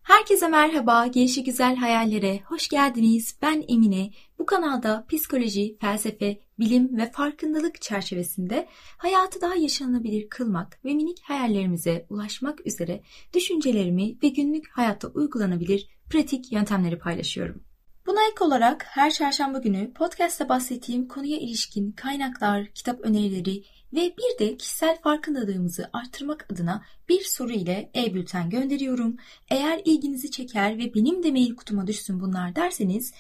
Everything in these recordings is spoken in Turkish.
Herkese merhaba, gelişigüzel hayallere hoş geldiniz. Ben Emine. Bu kanalda psikoloji, felsefe, bilim ve farkındalık çerçevesinde hayatı daha yaşanabilir kılmak ve minik hayallerimize ulaşmak üzere düşüncelerimi ve günlük hayatta uygulanabilir pratik yöntemleri paylaşıyorum. Buna ek olarak her çarşamba günü podcast'ta bahsettiğim konuya ilişkin kaynaklar, kitap önerileri ve bir de kişisel farkındalığımızı artırmak adına bir soru ile e-bülten gönderiyorum. Eğer ilginizi çeker ve benim de mail kutuma düşsün bunlar derseniz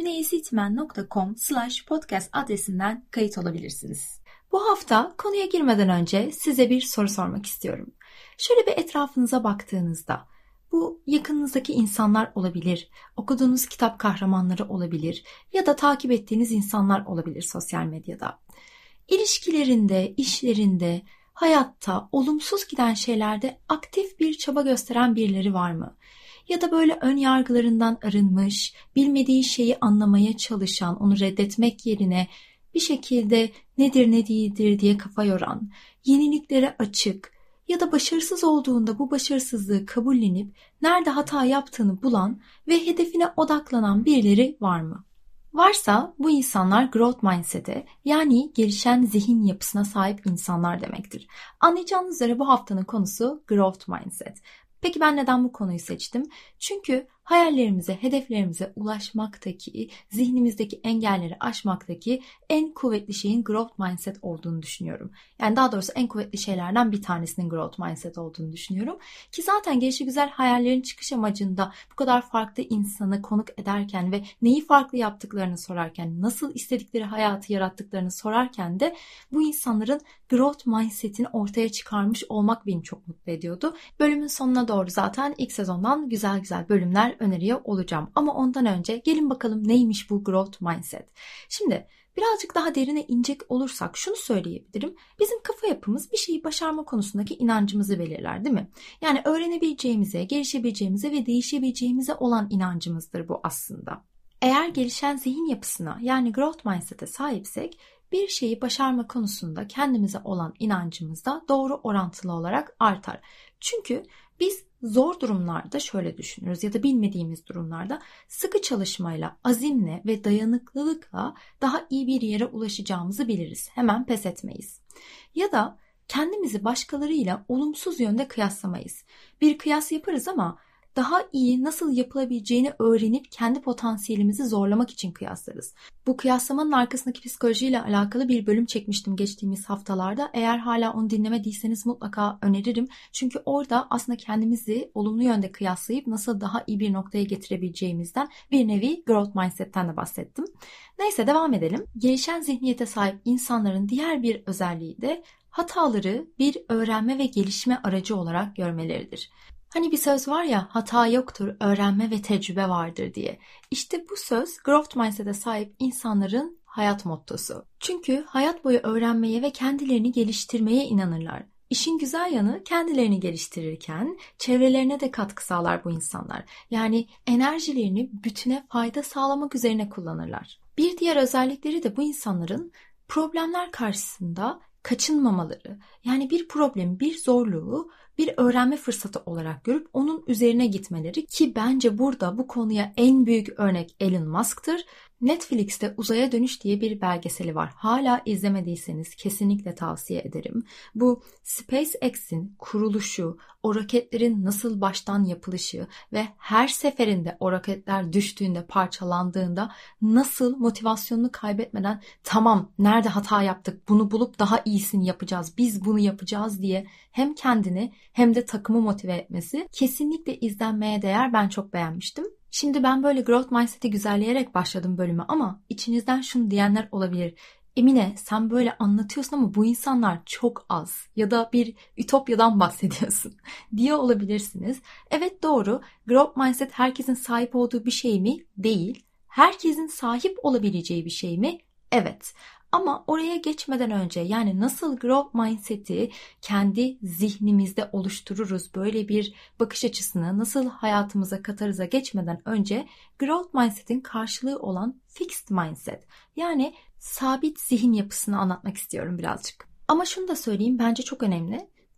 emineyesitmen.com/podcast adresinden kayıt olabilirsiniz. Bu hafta konuya girmeden önce size bir soru sormak istiyorum. Şöyle bir etrafınıza baktığınızda bu yakınınızdaki insanlar olabilir, okuduğunuz kitap kahramanları olabilir ya da takip ettiğiniz insanlar olabilir sosyal medyada. İlişkilerinde, işlerinde, hayatta, olumsuz giden şeylerde aktif bir çaba gösteren birileri var mı? Ya da böyle ön yargılarından arınmış, bilmediği şeyi anlamaya çalışan, onu reddetmek yerine bir şekilde nedir ne değildir diye kafa yoran, yeniliklere açık ya da başarısız olduğunda bu başarısızlığı kabullenip nerede hata yaptığını bulan ve hedefine odaklanan birileri var mı? Varsa bu insanlar growth mindset'e yani gelişen zihin yapısına sahip insanlar demektir. Anlayacağınız üzere bu haftanın konusu growth mindset. Peki ben neden bu konuyu seçtim? Çünkü hayallerimize, hedeflerimize ulaşmaktaki, zihnimizdeki engelleri aşmaktaki en kuvvetli şeyin growth mindset olduğunu düşünüyorum. Yani daha doğrusu en kuvvetli şeylerden bir tanesinin growth mindset olduğunu düşünüyorum. Ki zaten gelişigüzel hayallerin çıkış amacında bu kadar farklı insanı konuk ederken ve neyi farklı yaptıklarını sorarken, nasıl istedikleri hayatı yarattıklarını sorarken de bu insanların growth mindset'ini ortaya çıkarmış olmak beni çok mutlu ediyordu. Bölümün sonuna doğru zaten ilk sezondan güzel bölümler öneriyor olacağım. Ama ondan önce gelin bakalım neymiş bu growth mindset. Şimdi birazcık daha derine inecek olursak şunu söyleyebilirim. Bizim kafa yapımız bir şeyi başarma konusundaki inancımızı belirler, değil mi? Yani öğrenebileceğimize, gelişebileceğimize ve değişebileceğimize olan inancımızdır bu aslında. Eğer gelişen zihin yapısına yani growth mindset'e sahipsek bir şeyi başarma konusunda kendimize olan inancımız da doğru orantılı olarak artar. Çünkü biz zor durumlarda şöyle düşünürüz ya da bilmediğimiz durumlarda sıkı çalışmayla, azimle ve dayanıklılıkla daha iyi bir yere ulaşacağımızı biliriz. Hemen pes etmeyiz. Ya da kendimizi başkalarıyla olumsuz yönde kıyaslamayız. Bir kıyas yaparız ama daha iyi nasıl yapılabileceğini öğrenip kendi potansiyelimizi zorlamak için kıyaslarız. Bu kıyaslamanın arkasındaki psikolojiyle alakalı bir bölüm çekmiştim geçtiğimiz haftalarda. Eğer hala onu dinlemediyseniz mutlaka öneririm. Çünkü orada aslında kendimizi olumlu yönde kıyaslayıp nasıl daha iyi bir noktaya getirebileceğimizden bir nevi growth mindset'ten de bahsettim. Neyse devam edelim. Gelişen zihniyete sahip insanların diğer bir özelliği de hataları bir öğrenme ve gelişme aracı olarak görmeleridir. Hani bir söz var ya, hata yoktur, öğrenme ve tecrübe vardır diye. İşte bu söz growth mindset'e sahip insanların hayat mottosu. Çünkü hayat boyu öğrenmeye ve kendilerini geliştirmeye inanırlar. İşin güzel yanı kendilerini geliştirirken çevrelerine de katkı sağlar bu insanlar. Yani enerjilerini bütüne fayda sağlamak üzerine kullanırlar. Bir diğer özellikleri de bu insanların problemler karşısında kaçınmamaları. Yani bir problemi, bir zorluğu bir öğrenme fırsatı olarak görüp onun üzerine gitmeleri ki bence burada bu konuya en büyük örnek Elon Musk'tır. Netflix'te Uzaya Dönüş diye bir belgeseli var. Hala izlemediyseniz kesinlikle tavsiye ederim. Bu SpaceX'in kuruluşu, o roketlerin nasıl baştan yapılışı ve her seferinde o roketler düştüğünde, parçalandığında nasıl motivasyonunu kaybetmeden tamam nerede hata yaptık bunu bulup daha iyisini yapacağız, biz bunu yapacağız diye hem kendini hem de takımı motive etmesi kesinlikle izlenmeye değer. Ben çok beğenmiştim. Şimdi ben böyle growth mindset'i güzelleyerek başladım bölüme ama içinizden şunu diyenler olabilir. Emine sen böyle anlatıyorsun ama bu insanlar çok az ya da bir ütopyadan bahsediyorsun diye olabilirsiniz. Evet doğru, growth mindset herkesin sahip olduğu bir şey mi? Değil. Herkesin sahip olabileceği bir şey mi? Evet. Ama oraya geçmeden önce yani nasıl growth mindset'i kendi zihnimizde oluştururuz, böyle bir bakış açısını nasıl hayatımıza katarıza geçmeden önce growth mindset'in karşılığı olan fixed mindset yani sabit zihin yapısını anlatmak istiyorum birazcık. Ama şunu da söyleyeyim bence çok önemli.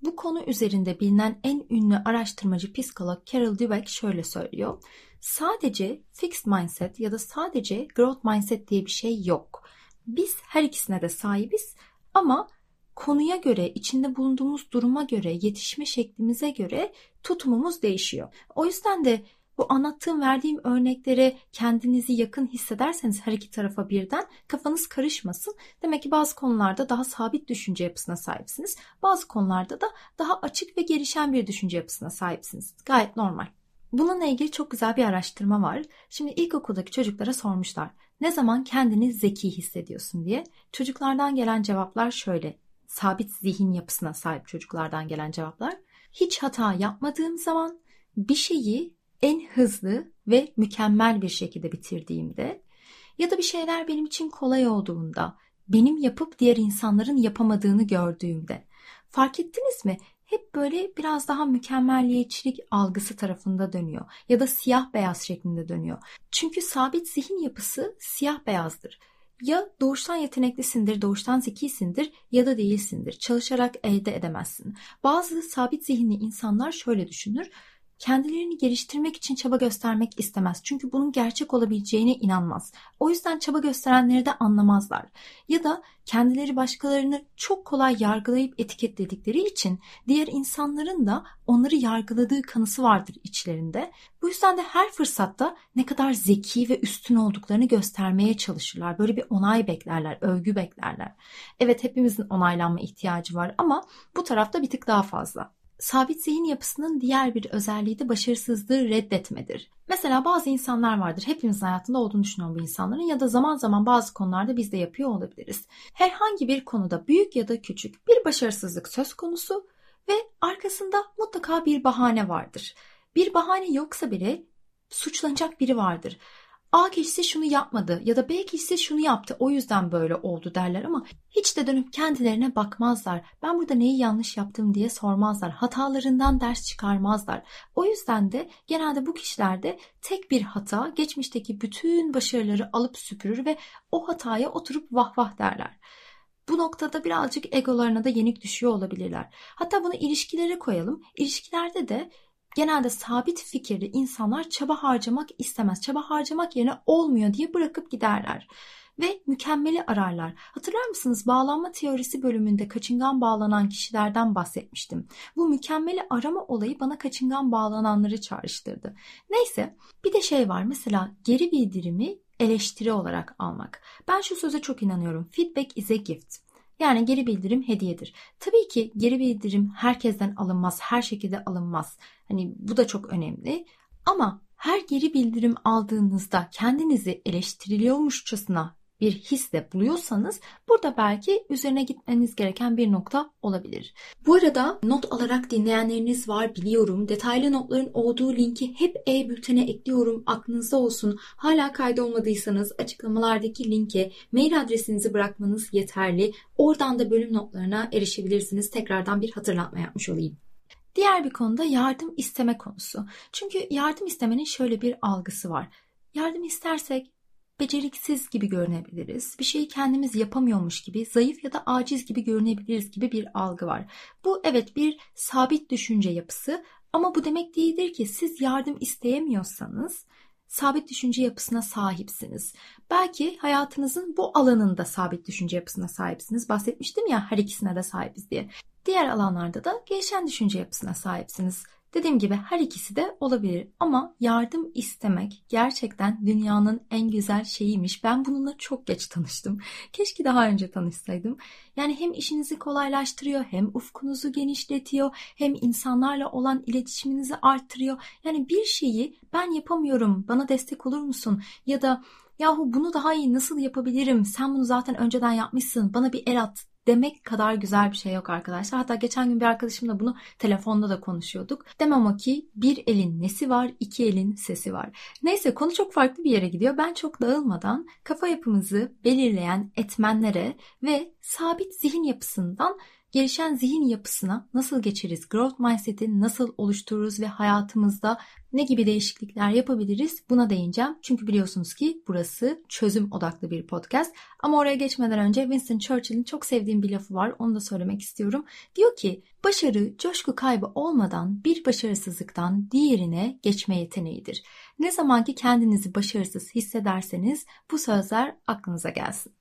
Bu konu üzerinde bilinen en ünlü araştırmacı psikolog Carol Dweck şöyle söylüyor. Sadece fixed mindset ya da sadece growth mindset diye bir şey yok. Biz her ikisine de sahibiz ama konuya göre, içinde bulunduğumuz duruma göre, yetişme şeklimize göre tutumumuz değişiyor. O yüzden de bu anlattığım, verdiğim örneklere kendinizi yakın hissederseniz her iki tarafa birden kafanız karışmasın. Demek ki bazı konularda daha sabit düşünce yapısına sahipsiniz. Bazı konularda da daha açık ve gelişen bir düşünce yapısına sahipsiniz. Gayet normal. Bununla ilgili çok güzel bir araştırma var. Şimdi ilkokuldaki çocuklara sormuşlar. Ne zaman kendini zeki hissediyorsun diye. Çocuklardan gelen cevaplar şöyle. Sabit zihin yapısına sahip çocuklardan gelen cevaplar. Hiç hata yapmadığım zaman, bir şeyi en hızlı ve mükemmel bir şekilde bitirdiğimde ya da bir şeyler benim için kolay olduğunda, benim yapıp diğer insanların yapamadığını gördüğümde. Fark ettiniz mi? Hep böyle biraz daha mükemmelliyetçilik algısı tarafında dönüyor ya da siyah beyaz şeklinde dönüyor. Çünkü sabit zihin yapısı siyah beyazdır. Ya doğuştan yeteneklisindir, doğuştan zekisindir ya da değilsindir. Çalışarak elde edemezsin. Bazı sabit zihinli insanlar şöyle düşünür. Kendilerini geliştirmek için çaba göstermek istemez. Çünkü bunun gerçek olabileceğine inanmaz. O yüzden çaba gösterenleri de anlamazlar. Ya da kendileri başkalarını çok kolay yargılayıp etiketledikleri için diğer insanların da onları yargıladığı kanısı vardır içlerinde. Bu yüzden de her fırsatta ne kadar zeki ve üstün olduklarını göstermeye çalışırlar. Böyle bir onay beklerler, övgü beklerler. Evet, hepimizin onaylanma ihtiyacı var ama bu tarafta bir tık daha fazla. Sabit zihin yapısının diğer bir özelliği de başarısızlığı reddetmedir. Mesela bazı insanlar vardır, hepimizin hayatında olduğunu düşünüyorum bu insanların ya da zaman zaman bazı konularda biz de yapıyor olabiliriz. Herhangi bir konuda büyük ya da küçük bir başarısızlık söz konusu ve arkasında mutlaka bir bahane vardır. Bir bahane yoksa bile suçlanacak biri vardır. A kişisi şunu yapmadı ya da B kişisi şunu yaptı, o yüzden böyle oldu derler ama hiç de dönüp kendilerine bakmazlar. Ben burada neyi yanlış yaptım diye sormazlar. Hatalarından ders çıkarmazlar. O yüzden de genelde bu kişilerde tek bir hata geçmişteki bütün başarıları alıp süpürür ve o hataya oturup vah vah derler. Bu noktada birazcık egolarına da yenik düşüyor olabilirler. Hatta bunu ilişkilere koyalım. İlişkilerde de genelde sabit fikirli insanlar çaba harcamak istemez. Çaba harcamak yerine olmuyor diye bırakıp giderler. Ve mükemmeli ararlar. Hatırlar mısınız? Bağlanma teorisi bölümünde kaçıngan bağlanan kişilerden bahsetmiştim. Bu mükemmeli arama olayı bana kaçıngan bağlananları çağrıştırdı. Neyse, bir de şey var. Mesela geri bildirimi eleştiri olarak almak. Ben şu söze çok inanıyorum. Feedback is a gift. Yani geri bildirim hediyedir. Tabii ki geri bildirim herkesten alınmaz, her şekilde alınmaz. Hani bu da çok önemli. Ama her geri bildirim aldığınızda kendinizi eleştiriliyormuşçasına bir hisle buluyorsanız burada belki üzerine gitmeniz gereken bir nokta olabilir. Bu arada not alarak dinleyenleriniz var biliyorum. Detaylı notların olduğu linki hep e-bültene ekliyorum. Aklınızda olsun. Hala kaydolmadıysanız açıklamalardaki linke mail adresinizi bırakmanız yeterli. Oradan da bölüm notlarına erişebilirsiniz. Tekrardan bir hatırlatma yapmış olayım. Diğer bir konuda yardım isteme konusu. Çünkü yardım istemenin şöyle bir algısı var. Yardım istersek beceriksiz gibi görünebiliriz. Bir şeyi kendimiz yapamıyormuş gibi, zayıf ya da aciz gibi görünebiliriz gibi bir algı var. Bu evet bir sabit düşünce yapısı ama bu demek değildir ki siz yardım isteyemiyorsanız sabit düşünce yapısına sahipsiniz. Belki hayatınızın bu alanında sabit düşünce yapısına sahipsiniz. Bahsetmiştim ya her ikisine de sahibiz diye. Diğer alanlarda da gelişen düşünce yapısına sahipsiniz. Dediğim gibi her ikisi de olabilir ama yardım istemek gerçekten dünyanın en güzel şeyiymiş. Ben bununla çok geç tanıştım. Keşke daha önce tanışsaydım. Yani hem işinizi kolaylaştırıyor, hem ufkunuzu genişletiyor, hem insanlarla olan iletişiminizi arttırıyor. Yani bir şeyi ben yapamıyorum, bana destek olur musun? Ya da yahu bunu daha iyi nasıl yapabilirim? Sen bunu zaten önceden yapmışsın, bana bir el at demek kadar güzel bir şey yok arkadaşlar. Hatta geçen gün bir arkadaşımla bunu telefonda da konuşuyorduk. Demem o ki bir elin nesi var, iki elin sesi var. Neyse konu çok farklı bir yere gidiyor. Ben çok dağılmadan kafa yapımızı belirleyen etmenlere ve sabit zihin yapısından gelişen zihin yapısına nasıl geçeriz, growth mindset'i nasıl oluştururuz ve hayatımızda ne gibi değişiklikler yapabiliriz buna değineceğim. Çünkü biliyorsunuz ki burası çözüm odaklı bir podcast. Ama oraya geçmeden önce Winston Churchill'in çok sevdiğim bir lafı var. Onu da söylemek istiyorum. Diyor ki, başarı coşku kaybı olmadan bir başarısızlıktan diğerine geçme yeteneğidir. Ne zaman ki kendinizi başarısız hissederseniz bu sözler aklınıza gelsin.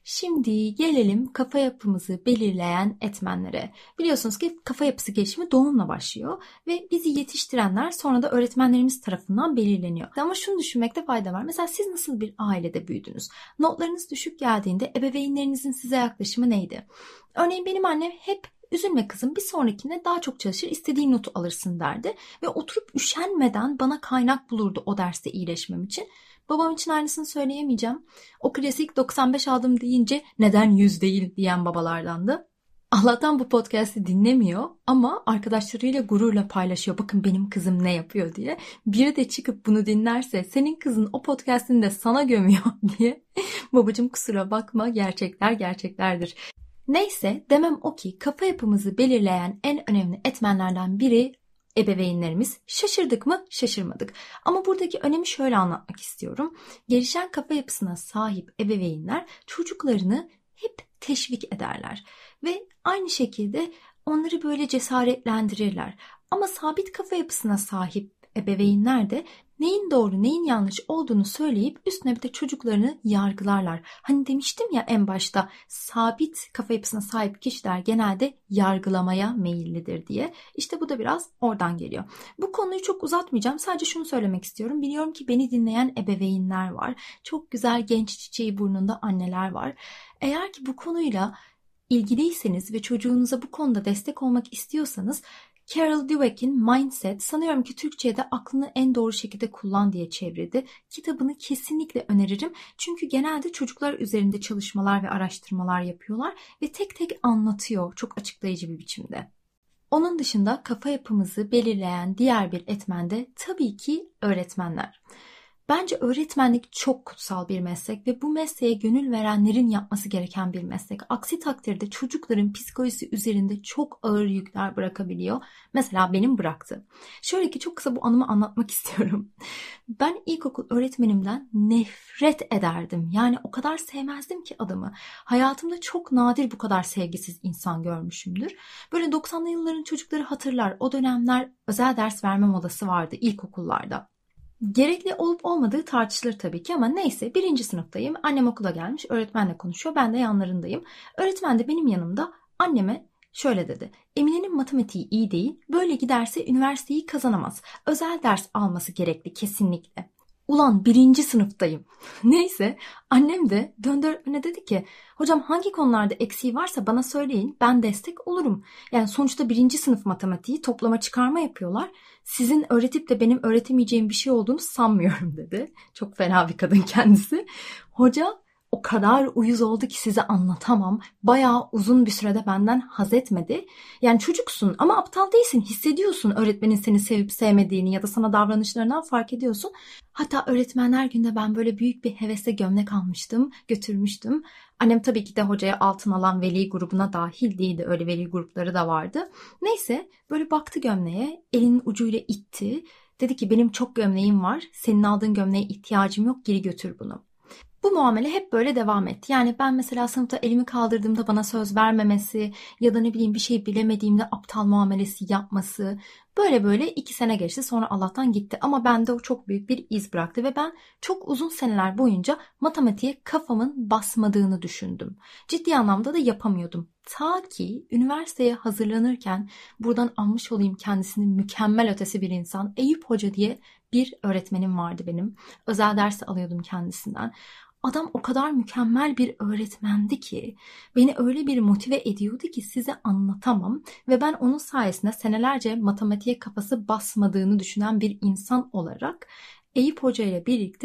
Şimdi gelelim kafa yapımızı belirleyen etmenlere. Biliyorsunuz ki kafa yapısı gelişimi doğumla başlıyor ve bizi yetiştirenler sonra da öğretmenlerimiz tarafından belirleniyor. Ama şunu düşünmekte fayda var. Mesela siz nasıl bir ailede büyüdünüz? Notlarınız düşük geldiğinde ebeveynlerinizin size yaklaşımı neydi? Örneğin benim annem hep üzülme kızım, bir sonrakine daha çok çalışır, istediğin notu alırsın derdi ve oturup üşenmeden bana kaynak bulurdu o derste iyileşmem için. Babam için aynısını söyleyemeyeceğim. O klasik 95 aldım deyince neden 100 değil diyen babalardandı. Allah'tan bu podcast'i dinlemiyor ama arkadaşlarıyla gururla paylaşıyor. Bakın benim kızım ne yapıyor diye. Biri de çıkıp bunu dinlerse senin kızın o podcast'ini de sana gömüyor diye. Babacığım kusura bakma, gerçekler gerçeklerdir. Neyse, demem o ki kafa yapımızı belirleyen en önemli etmenlerden biri ebeveynlerimiz. Şaşırdık mı? Şaşırmadık. Ama buradaki önemi şöyle anlatmak istiyorum. Gelişen kafa yapısına sahip ebeveynler çocuklarını hep teşvik ederler ve aynı şekilde onları böyle cesaretlendirirler. Ama sabit kafa yapısına sahip ebeveynler de neyin doğru neyin yanlış olduğunu söyleyip üstüne bir de çocuklarını yargılarlar. Hani demiştim ya en başta, sabit kafa yapısına sahip kişiler genelde yargılamaya meyillidir diye. İşte bu da biraz oradan geliyor. Bu konuyu çok uzatmayacağım. Sadece şunu söylemek istiyorum. Biliyorum ki beni dinleyen ebeveynler var. Çok güzel genç çiçeği burnunda anneler var. Eğer ki bu konuyla ilgiliyseniz ve çocuğunuza bu konuda destek olmak istiyorsanız, Carol Dweck'in Mindset, sanıyorum ki Türkçe'ye de aklını en doğru şekilde kullan diye çevrildi. Kitabını kesinlikle öneririm. Çünkü genelde çocuklar üzerinde çalışmalar ve araştırmalar yapıyorlar ve tek tek anlatıyor çok açıklayıcı bir biçimde. Onun dışında kafa yapımızı belirleyen diğer bir etmen de tabii ki öğretmenler. Bence öğretmenlik çok kutsal bir meslek ve bu mesleğe gönül verenlerin yapması gereken bir meslek. Aksi takdirde çocukların psikolojisi üzerinde çok ağır yükler bırakabiliyor. Mesela benim bıraktı. Şöyle ki çok kısa bu anımı anlatmak istiyorum. Ben ilkokul öğretmenimden nefret ederdim. Yani o kadar sevmezdim ki adamı. Hayatımda çok nadir bu kadar sevgisiz insan görmüşümdür. Böyle 90'lı yılların çocukları hatırlar. O dönemler özel ders verme modası vardı ilkokullarda. Gerekli olup olmadığı tartışılır tabii ki ama neyse, 1. sınıftayım. Annem okula gelmiş, öğretmenle konuşuyor. Ben de yanlarındayım. Öğretmen de benim yanımda anneme şöyle dedi. Emine'nin matematiği iyi değil. Böyle giderse üniversiteyi kazanamaz. Özel ders alması gerekli kesinlikle. Ulan 1. sınıftayım. Neyse, annem de döndü öğretmene dedi ki, hocam hangi konularda eksiği varsa bana söyleyin, ben destek olurum. Yani sonuçta 1. sınıf matematiği toplama çıkarma yapıyorlar. Sizin öğretip de benim öğretemeyeceğim bir şey olduğunu sanmıyorum dedi. Çok fena bir kadın kendisi. Hoca o kadar uyuz oldu ki size anlatamam. Bayağı uzun bir sürede benden haz etmedi. Yani çocuksun ama aptal değilsin. Hissediyorsun öğretmenin seni sevip sevmediğini ya da sana davranışlarından fark ediyorsun. Hatta öğretmenler günde ben böyle büyük bir hevesle gömlek almıştım, götürmüştüm. Annem tabii ki de hocaya altın alan veli grubuna dahil değildi. Öyle veli grupları da vardı. Neyse, böyle baktı gömleğe, elinin ucuyla itti. Dedi ki benim çok gömleğim var. Senin aldığın gömleğe ihtiyacım yok. Geri götür bunu. Bu muamele hep böyle devam etti. Yani ben mesela sınıfta elimi kaldırdığımda bana söz vermemesi ya da ne bileyim bir şey bilemediğimde aptal muamelesi yapması, böyle 2 sene geçti, sonra Allah'tan gitti. Ama bende o çok büyük bir iz bıraktı ve ben çok uzun seneler boyunca matematiğe kafamın basmadığını düşündüm. Ciddi anlamda da yapamıyordum. Ta ki üniversiteye hazırlanırken, buradan anmış olayım kendisini, mükemmel ötesi bir insan, Eyüp Hoca diye bir öğretmenim vardı benim. Özel ders alıyordum kendisinden. Adam o kadar mükemmel bir öğretmendi ki beni öyle bir motive ediyordu ki size anlatamam ve ben onun sayesinde senelerce matematiğe kafası basmadığını düşünen bir insan olarak Eyüp Hoca ile birlikte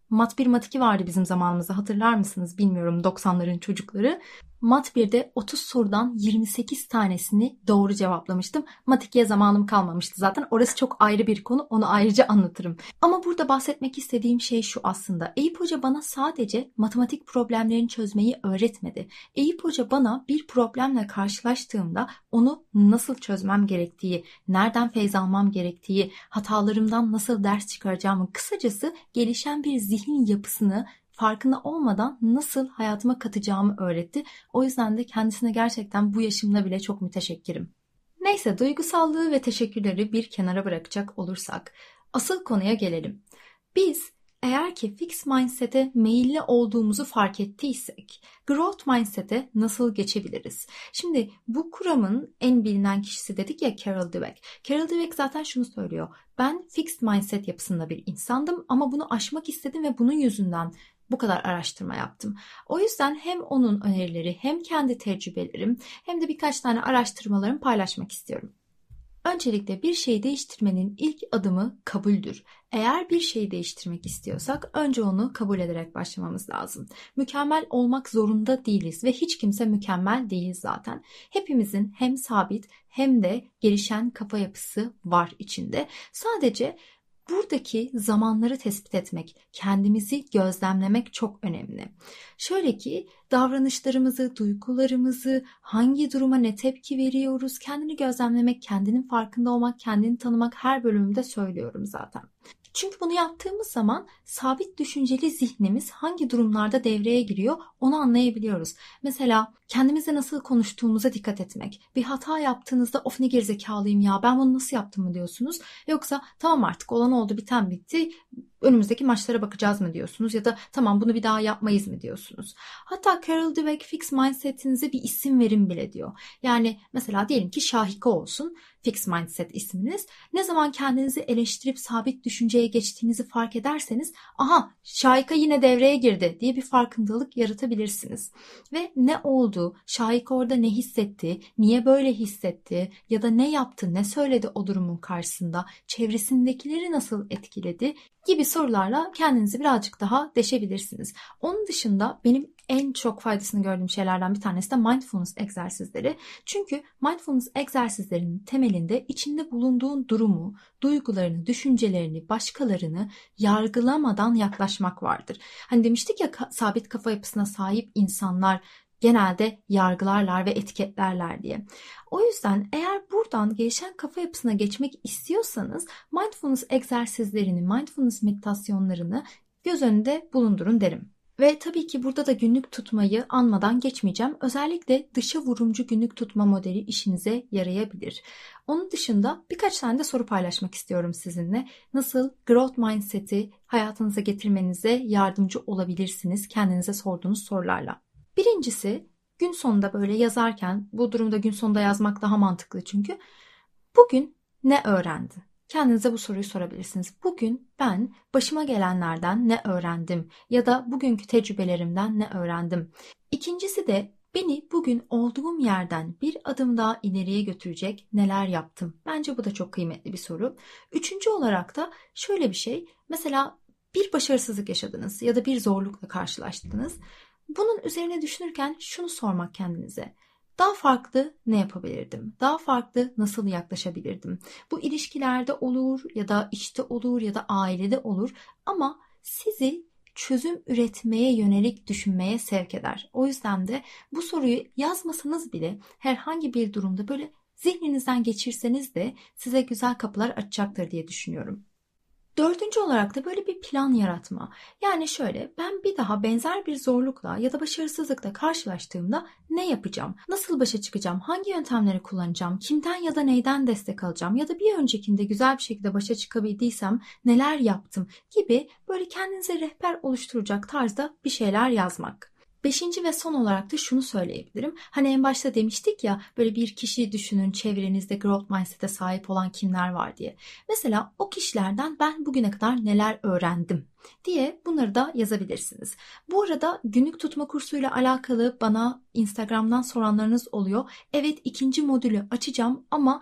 Mat 1, Mat 2 vardı bizim zamanımızda, hatırlar mısınız bilmiyorum, 90'ların çocukları. Mat 1'de 30 sorudan 28 tanesini doğru cevaplamıştım. Mat 2'ye zamanım kalmamıştı zaten. Orası çok ayrı bir konu, onu ayrıca anlatırım. Ama burada bahsetmek istediğim şey şu aslında. Eyüp Hoca bana sadece matematik problemlerini çözmeyi öğretmedi. Eyüp Hoca bana bir problemle karşılaştığımda onu nasıl çözmem gerektiği, nereden feyz almam gerektiği, hatalarımdan nasıl ders çıkaracağımı, kısacası gelişen bir zihin yapısını farkında olmadan nasıl hayatıma katacağımı öğretti. O yüzden de kendisine gerçekten bu yaşımda bile çok müteşekkirim. Neyse, duygusallığı ve teşekkürleri bir kenara bırakacak olursak asıl konuya gelelim. Biz eğer ki fix mindset'e meyilli olduğumuzu fark ettiysek, growth mindset'e nasıl geçebiliriz? Şimdi bu kuramın en bilinen kişisi dedik ya, Carol Dweck. Carol Dweck zaten şunu söylüyor. Ben fixed mindset yapısında bir insandım ama bunu aşmak istedim ve bunun yüzünden bu kadar araştırma yaptım. O yüzden hem onun önerileri, hem kendi tecrübelerim, hem de birkaç tane araştırmalarımı paylaşmak istiyorum. Öncelikle bir şeyi değiştirmenin ilk adımı kabuldür. Eğer bir şeyi değiştirmek istiyorsak önce onu kabul ederek başlamamız lazım. Mükemmel olmak zorunda değiliz ve hiç kimse mükemmel değil zaten. Hepimizin hem sabit hem de gelişen kafa yapısı var içinde. Sadece buradaki zamanları tespit etmek, kendimizi gözlemlemek çok önemli. Şöyle ki davranışlarımızı, duygularımızı, hangi duruma ne tepki veriyoruz, kendini gözlemlemek, kendinin farkında olmak, kendini tanımak, her bölümümde söylüyorum zaten. Çünkü bunu yaptığımız zaman sabit düşünceli zihnimiz hangi durumlarda devreye giriyor onu anlayabiliyoruz. Mesela kendimizle nasıl konuştuğumuza dikkat etmek. Bir hata yaptığınızda of ne gerizekalıyım ya, ben bunu nasıl yaptım mı diyorsunuz? Yoksa tamam artık olan oldu, biten bitti, önümüzdeki maçlara bakacağız mı diyorsunuz? Ya da tamam bunu bir daha yapmayız mı diyorsunuz? Hatta Carol Dweck fix mindset'inize bir isim verin bile diyor. Yani mesela diyelim ki Şahika olsun fix mindset isminiz. Ne zaman kendinizi eleştirip sabit düşünceye geçtiğinizi fark ederseniz aha Şahika yine devreye girdi diye bir farkındalık yaratabilirsiniz. Ve ne oldu, Şahika orada ne hissetti, niye böyle hissetti ya da ne yaptı, ne söyledi o durumun karşısında, çevresindekileri nasıl etkiledi gibi sorularla kendinizi birazcık daha deşebilirsiniz. Onun dışında benim en çok faydasını gördüğüm şeylerden bir tanesi de mindfulness egzersizleri. Çünkü mindfulness egzersizlerinin temelinde içinde bulunduğun durumu, duygularını, düşüncelerini, başkalarını yargılamadan yaklaşmak vardır. Hani demiştik ya, sabit kafa yapısına sahip insanlar genelde yargılarlar ve etiketlerler diye. O yüzden eğer buradan gelişen kafa yapısına geçmek istiyorsanız mindfulness egzersizlerini, mindfulness meditasyonlarını göz önünde bulundurun derim. Ve tabii ki burada da günlük tutmayı anmadan geçmeyeceğim. Özellikle dışa vurumcu günlük tutma modeli işinize yarayabilir. Onun dışında birkaç tane de soru paylaşmak istiyorum sizinle. Nasıl growth mindset'i hayatınıza getirmenize yardımcı olabilirsiniz kendinize sorduğunuz sorularla. Birincisi, gün sonunda böyle yazarken, bu durumda gün sonunda yazmak daha mantıklı çünkü. Bugün ne öğrendin? Kendinize bu soruyu sorabilirsiniz. Bugün ben başıma gelenlerden ne öğrendim? Ya da bugünkü tecrübelerimden ne öğrendim? İkincisi de beni bugün olduğum yerden bir adım daha ileriye götürecek neler yaptım? Bence bu da çok kıymetli bir soru. Üçüncü olarak da şöyle bir şey. Mesela bir başarısızlık yaşadınız ya da bir zorlukla karşılaştınız. Bunun üzerine düşünürken şunu sormak kendinize. Daha farklı ne yapabilirdim? Daha farklı nasıl yaklaşabilirdim? Bu ilişkilerde olur ya da işte olur ya da ailede olur ama sizi çözüm üretmeye yönelik düşünmeye sevk eder. O yüzden de bu soruyu yazmasanız bile herhangi bir durumda böyle zihninizden geçirseniz de size güzel kapılar açacaktır diye düşünüyorum. Dördüncü olarak da böyle bir plan yaratma. Yani şöyle, ben bir daha benzer bir zorlukla ya da başarısızlıkla karşılaştığımda ne yapacağım? Nasıl başa çıkacağım? Hangi yöntemleri kullanacağım? Kimden ya da neyden destek alacağım? Ya da bir öncekinde güzel bir şekilde başa çıkabildiysem neler yaptım gibi böyle kendinize rehber oluşturacak tarzda bir şeyler yazmak. Beşinci ve son olarak da şunu söyleyebilirim. Hani en başta demiştik ya, böyle bir kişiyi düşünün, çevrenizde growth mindset'e sahip olan kimler var diye. Mesela o kişilerden ben bugüne kadar neler öğrendim diye bunları da yazabilirsiniz. Bu arada günlük tutma kursuyla alakalı bana Instagram'dan soranlarınız oluyor. Evet, ikinci modülü açacağım ama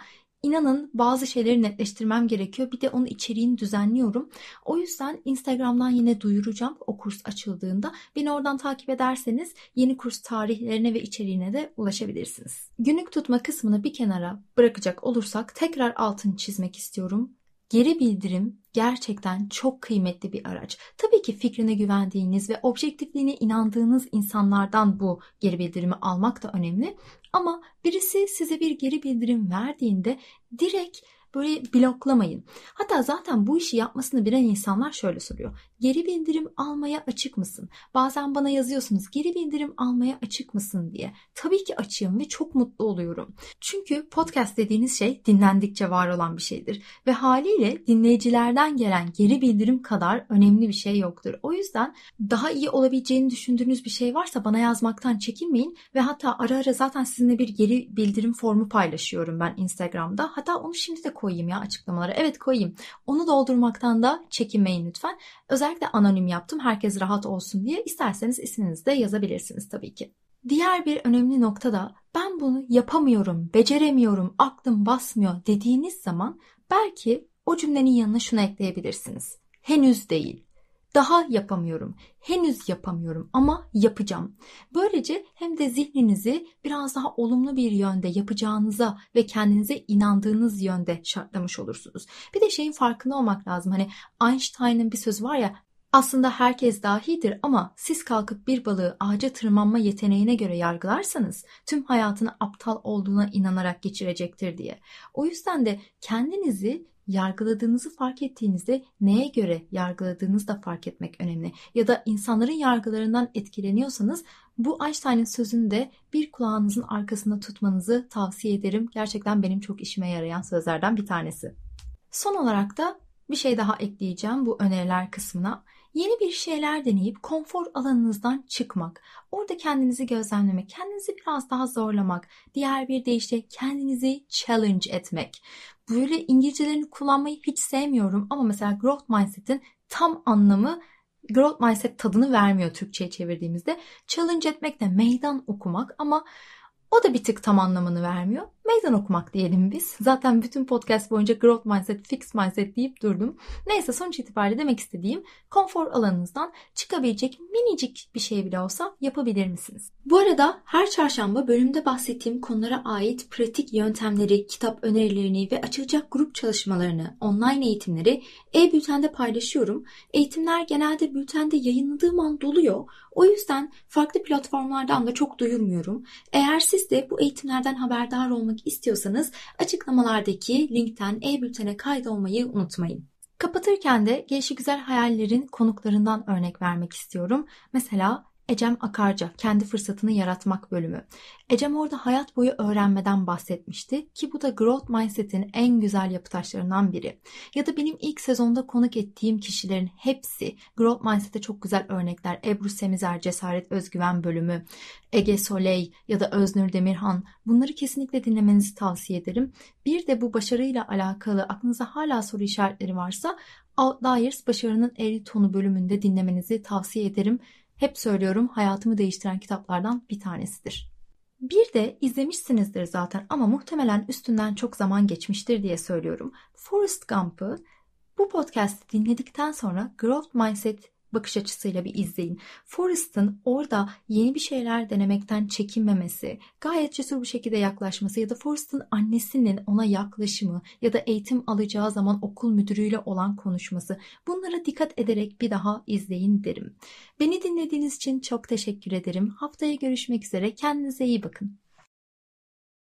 inanın bazı şeyleri netleştirmem gerekiyor. Bir de onun içeriğini düzenliyorum. O yüzden Instagram'dan yine duyuracağım o kurs açıldığında. Beni oradan takip ederseniz yeni kurs tarihlerine ve içeriğine de ulaşabilirsiniz. Günlük tutma kısmını bir kenara bırakacak olursak tekrar altını çizmek istiyorum. Geri bildirim gerçekten çok kıymetli bir araç. Tabii ki fikrine güvendiğiniz ve objektifliğine inandığınız insanlardan bu geri bildirimi almak da önemli. Ama birisi size bir geri bildirim verdiğinde direkt böyle bloklamayın. Hatta zaten bu işi yapmasını bilen insanlar şöyle soruyor. Geri bildirim almaya açık mısın? Bazen bana yazıyorsunuz geri bildirim almaya açık mısın diye. Tabii ki açığım ve çok mutlu oluyorum. Çünkü podcast dediğiniz şey dinlendikçe var olan bir şeydir. Ve haliyle dinleyicilerden gelen geri bildirim kadar önemli bir şey yoktur. O yüzden daha iyi olabileceğini düşündüğünüz bir şey varsa bana yazmaktan çekinmeyin. Ve hatta ara ara zaten sizinle bir geri bildirim formu paylaşıyorum ben Instagram'da. Hatta onu şimdi de koyayım ya açıklamalara. Evet koyayım. Onu doldurmaktan da çekinmeyin lütfen. Özellikle anonim yaptım. Herkes rahat olsun diye. İsterseniz isminizi de yazabilirsiniz tabii ki. Diğer bir önemli nokta da ben bunu yapamıyorum, beceremiyorum, aklım basmıyor dediğiniz zaman belki o cümlenin yanına şunu ekleyebilirsiniz. Henüz değil. Daha yapamıyorum. Henüz yapamıyorum ama yapacağım. Böylece hem de zihninizi biraz daha olumlu bir yönde yapacağınıza ve kendinize inandığınız yönde şartlamış olursunuz. Bir de şeyin farkında olmak lazım. Hani Einstein'ın bir sözü var ya, aslında herkes dahidir ama siz kalkıp bir balığı ağaca tırmanma yeteneğine göre yargılarsanız tüm hayatını aptal olduğuna inanarak geçirecektir diye. O yüzden de kendinizi yargıladığınızı fark ettiğinizde neye göre yargıladığınızı da fark etmek önemli. Ya da insanların yargılarından etkileniyorsanız bu Einstein'ın sözünü de bir kulağınızın arkasında tutmanızı tavsiye ederim. Gerçekten benim çok işime yarayan sözlerden bir tanesi. Son olarak da bir şey daha ekleyeceğim bu öneriler kısmına. Yeni bir şeyler deneyip konfor alanınızdan çıkmak, orada kendinizi gözlemlemek, kendinizi biraz daha zorlamak, diğer bir deyişle kendinizi challenge etmek. Böyle İngilizcelerini kullanmayı hiç sevmiyorum ama mesela growth mindset'in tam anlamı growth mindset tadını vermiyor Türkçe'ye çevirdiğimizde. Challenge etmek de meydan okumak ama o da bir tık tam anlamını vermiyor. Meydan okumak diyelim biz. Zaten bütün podcast boyunca growth mindset, fixed mindset deyip durdum. Neyse sonuç itibariyle demek istediğim konfor alanınızdan çıkabilecek minicik bir şey bile olsa yapabilir misiniz? Bu arada her çarşamba bölümde bahsettiğim konulara ait pratik yöntemleri, kitap önerilerini ve açılacak grup çalışmalarını, online eğitimleri e-bültende paylaşıyorum. Eğitimler genelde bültende yayınladığım an doluyor. O yüzden farklı platformlardan da çok duyurmuyorum. Eğer siz de bu eğitimlerden haberdar olmak istiyorsanız açıklamalardaki linkten e-bültene kaydolmayı unutmayın. Kapatırken de gelişigüzel hayallerin konuklarından örnek vermek istiyorum. Mesela Ecem Akarca, Kendi Fırsatını Yaratmak bölümü. Ecem orada hayat boyu öğrenmeden bahsetmişti ki bu da Growth Mindset'in en güzel yapı taşlarından biri. Ya da benim ilk sezonda konuk ettiğim kişilerin hepsi Growth Mindset'e çok güzel örnekler. Ebru Semizer, Cesaret Özgüven bölümü, Ege Soley ya da Öznur Demirhan. Bunları kesinlikle dinlemenizi tavsiye ederim. Bir de bu başarıyla alakalı aklınızda hala soru işaretleri varsa Outliers Başarının 50 Tonu bölümünde dinlemenizi tavsiye ederim. Hep söylüyorum, hayatımı değiştiren kitaplardan bir tanesidir. Bir de izlemişsinizdir zaten ama muhtemelen üstünden çok zaman geçmiştir diye söylüyorum. Forrest Gump'ı bu podcast'ı dinledikten sonra Growth Mindset bakış açısıyla bir izleyin. Forrest'ın orada yeni bir şeyler denemekten çekinmemesi, gayet cesur bir şekilde yaklaşması ya da Forrest'ın annesinin ona yaklaşımı ya da eğitim alacağı zaman okul müdürüyle olan konuşması, bunlara dikkat ederek bir daha izleyin derim. Beni dinlediğiniz için çok teşekkür ederim. Haftaya görüşmek üzere. Kendinize iyi bakın.